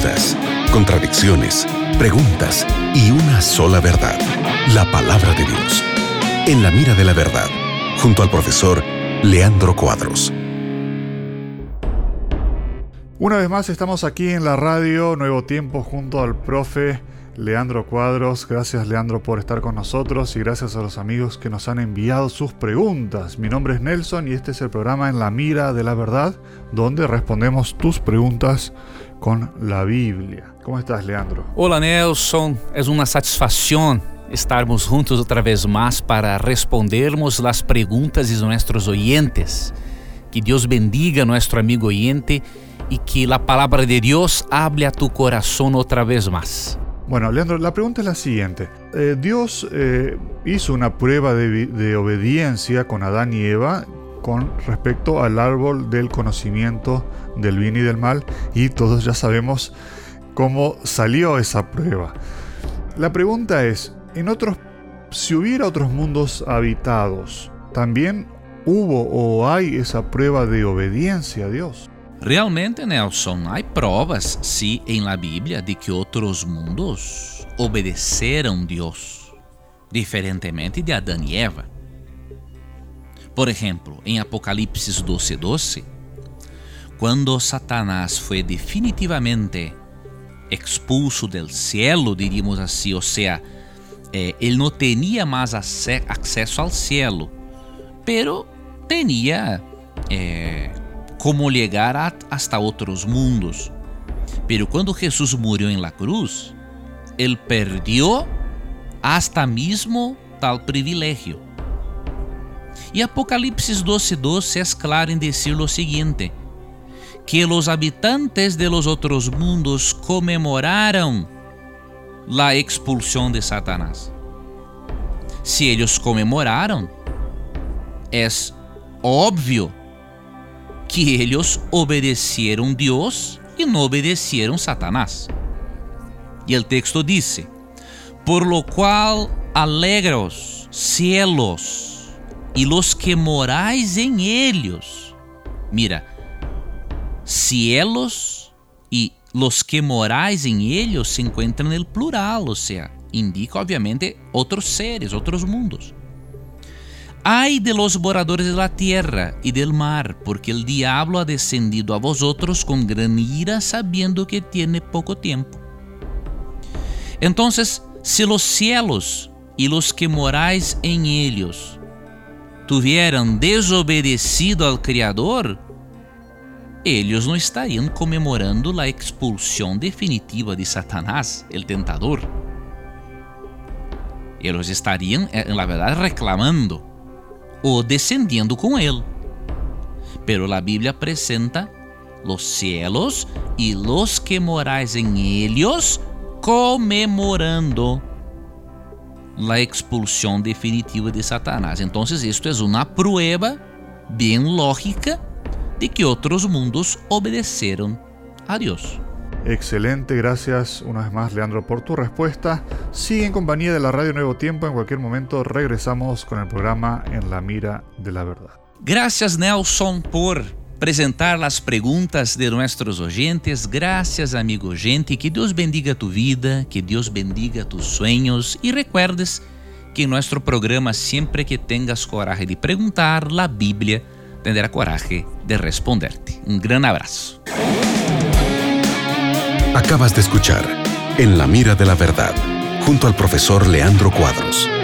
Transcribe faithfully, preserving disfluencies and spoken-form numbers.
dudas, contradicciones, preguntas y una sola verdad, la palabra de Dios. En la mira de la verdad, junto al profesor Leandro Cuadros. Una vez más estamos aquí en la radio Nuevo Tiempo junto al profe Leandro Cuadros. Gracias, Leandro, por estar con nosotros y gracias a los amigos que nos han enviado sus preguntas. Mi nombre es Nelson y este es el programa En la Mira de la Verdad, donde respondemos tus preguntas con la Biblia. ¿Cómo estás, Leandro? Hola, Nelson. Es una satisfacción estarmos juntos otra vez más para respondermos las preguntas de nuestros oyentes. Que Dios bendiga a nuestro amigo oyente y que la palabra de Dios hable a tu corazón otra vez más. Bueno, Leandro, la pregunta es la siguiente. Eh, Dios eh, hizo una prueba de, de obediencia con Adán y Eva con respecto al árbol del conocimiento del bien y del mal, y todos ya sabemos cómo salió esa prueba. La pregunta es, en otros, si hubiera otros mundos habitados, ¿también hubo o hay esa prueba de obediencia a Dios? Realmente, Nelson, há provas, sim, em la Bíblia de que outros mundos obedeceram Deus, diferentemente de Adão e Eva. Por exemplo, em Apocalipse doze, doze, quando Satanás foi definitivamente expulso del cielo, diríamos assim, ou seja, eh, ele não tinha mais acesso ao cielo, pero tinha eh, como llegar a, hasta outros mundos. Pero quando Jesus murió en la cruz, ele perdió hasta mismo tal privilegio. E Apocalipse doze, doze é claro em dizer lo seguinte, que os habitantes de los outros mundos comemoraram la expulsão de Satanás. Se eles comemoraram, é óbvio que eles obedeceram a Deus e não obedeceram a Satanás. E o texto diz: por lo qual alegraos cielos e los que morais em ellos. Mira, cielos e los que morais em ellos se encontram no plural, ou seja, indica obviamente outros seres, outros mundos. Ai de los moradores de la tierra y del mar, porque el diablo ha descendido a vosotros con gran ira, sabiendo que tiene poco tiempo. Entonces, si los cielos y los que moráis en ellos tuvieran desobedecido al Criador, ellos no estarían conmemorando la expulsión definitiva de Satanás, el tentador. Ellos estarían, en la verdad, reclamando o descendiendo com ele. Pero a Bíblia apresenta los cielos e los que morais en ellos comemorando la expulsão definitiva de Satanás. Então, isto é uma prueba bem lógica de que outros mundos obedeceram a Deus. Excelente, gracias una vez más, Leandro, por tu respuesta. Sigue en compañía de la Radio Nuevo Tiempo. En cualquier momento regresamos con el programa En la Mira de la Verdad. Gracias, Nelson, por apresentar las preguntas de nuestros oyentes. Gracias, amigo oyente. Que Dios bendiga tu vida, que Dios bendiga tus sueños. Y recuerdes que en nuestro programa, siempre que tengas coraje de preguntar, la Biblia tendrá coraje de responderte. Un gran abrazo. Acabas de escuchar En la Mira de la Verdad, junto al profesor Leandro Cuadros.